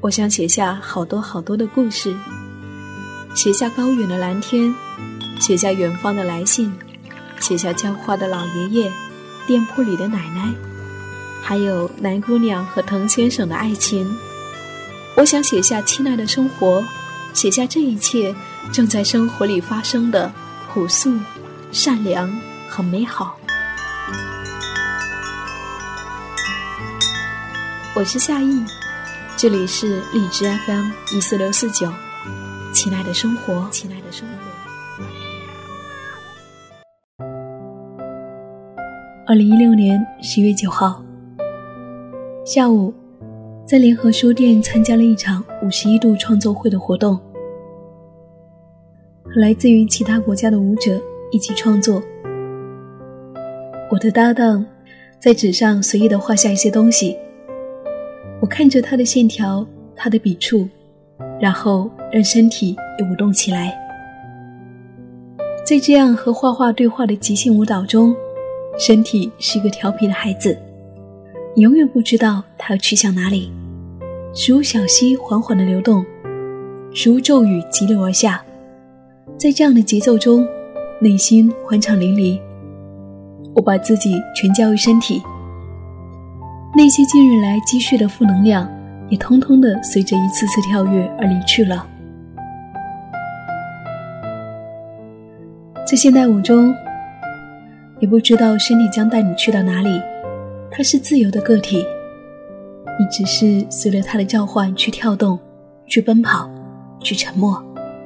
我想写下好多好多的故事，写下高远的蓝天，写下远方的来信，写下浇花的老爷爷，店铺里的奶奶，还有南姑娘和滕先生的爱情。我想写下亲爱的生活，写下这一切正在生活里发生的朴素、善良和美好。我是夏意，这里是荔枝 FM 14649，亲爱的生活，亲爱的生活。2016年10月9号下午，在联合书店参加了一场51度创作会的活动，和来自于其他国家的舞者一起创作。我的搭档在纸上随意地画下一些东西，我看着他的线条，他的笔触，然后让身体也舞动起来。在这样和画画对话的即兴舞蹈中，身体是一个调皮的孩子，你永远不知道他要去向哪里。时如小溪缓缓地流动，时如骤雨急流而下，在这样的节奏中，内心欢畅淋漓。我把自己全交于身体，那些近日来积蓄的负能量也通通地随着一次次跳跃而离去了。在现代舞中，也不知道身体将带你去到哪里，它是自由的个体，你只是随着它的召唤去跳动，去奔跑，去沉默。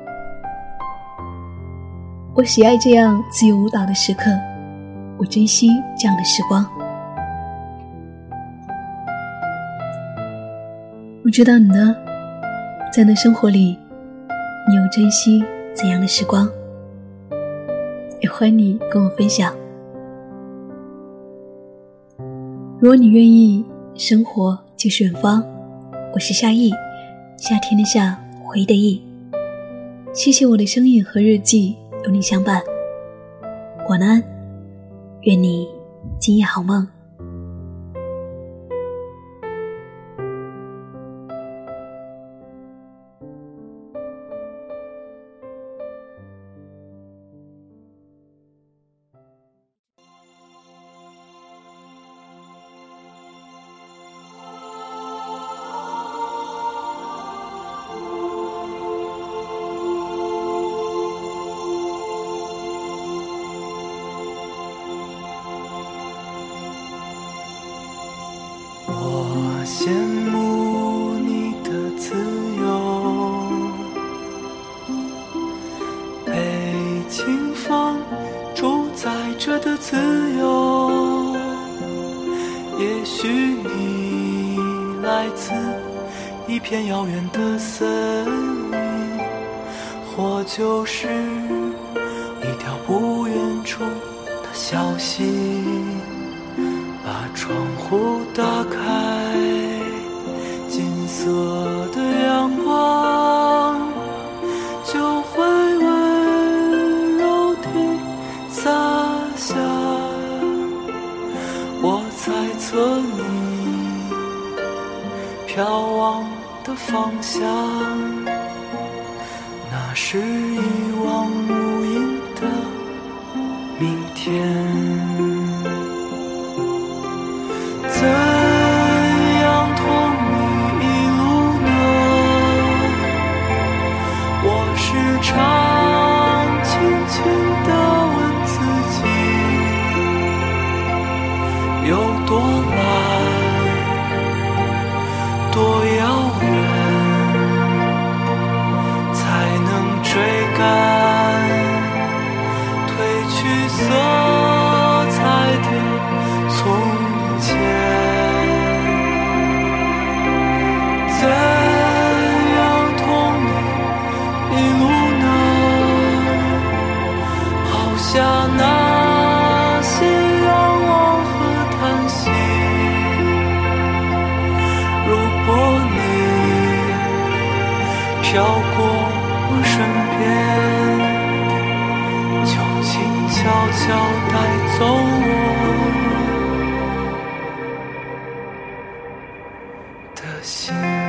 我喜爱这样自由舞蹈的时刻，我珍惜这样的时光。不知道你呢？在你的生活里，你有珍惜怎样的时光？也欢迎你跟我分享。如果你愿意，生活就是远方。我是夏意，夏天的夏，回忆的忆。谢谢我的声音和日记有你相伴。晚安，愿你今夜好梦。 羡慕你的自由，被清风主宰着的自由。也许你来自一片遥远的森林，或就是一条不远处的小溪。把窗户打开，金色的阳光就会温柔地洒下。我猜测你飘望的方向，那是一望无垠的明天。怎样同你一路呢？我时常轻轻地问自己，有多蓝，多遥远，才能追赶褪去色彩的从前。怎样同你一路呢？抛下那些仰望和叹息，如果你飘过我身边，就请悄悄带走我的心。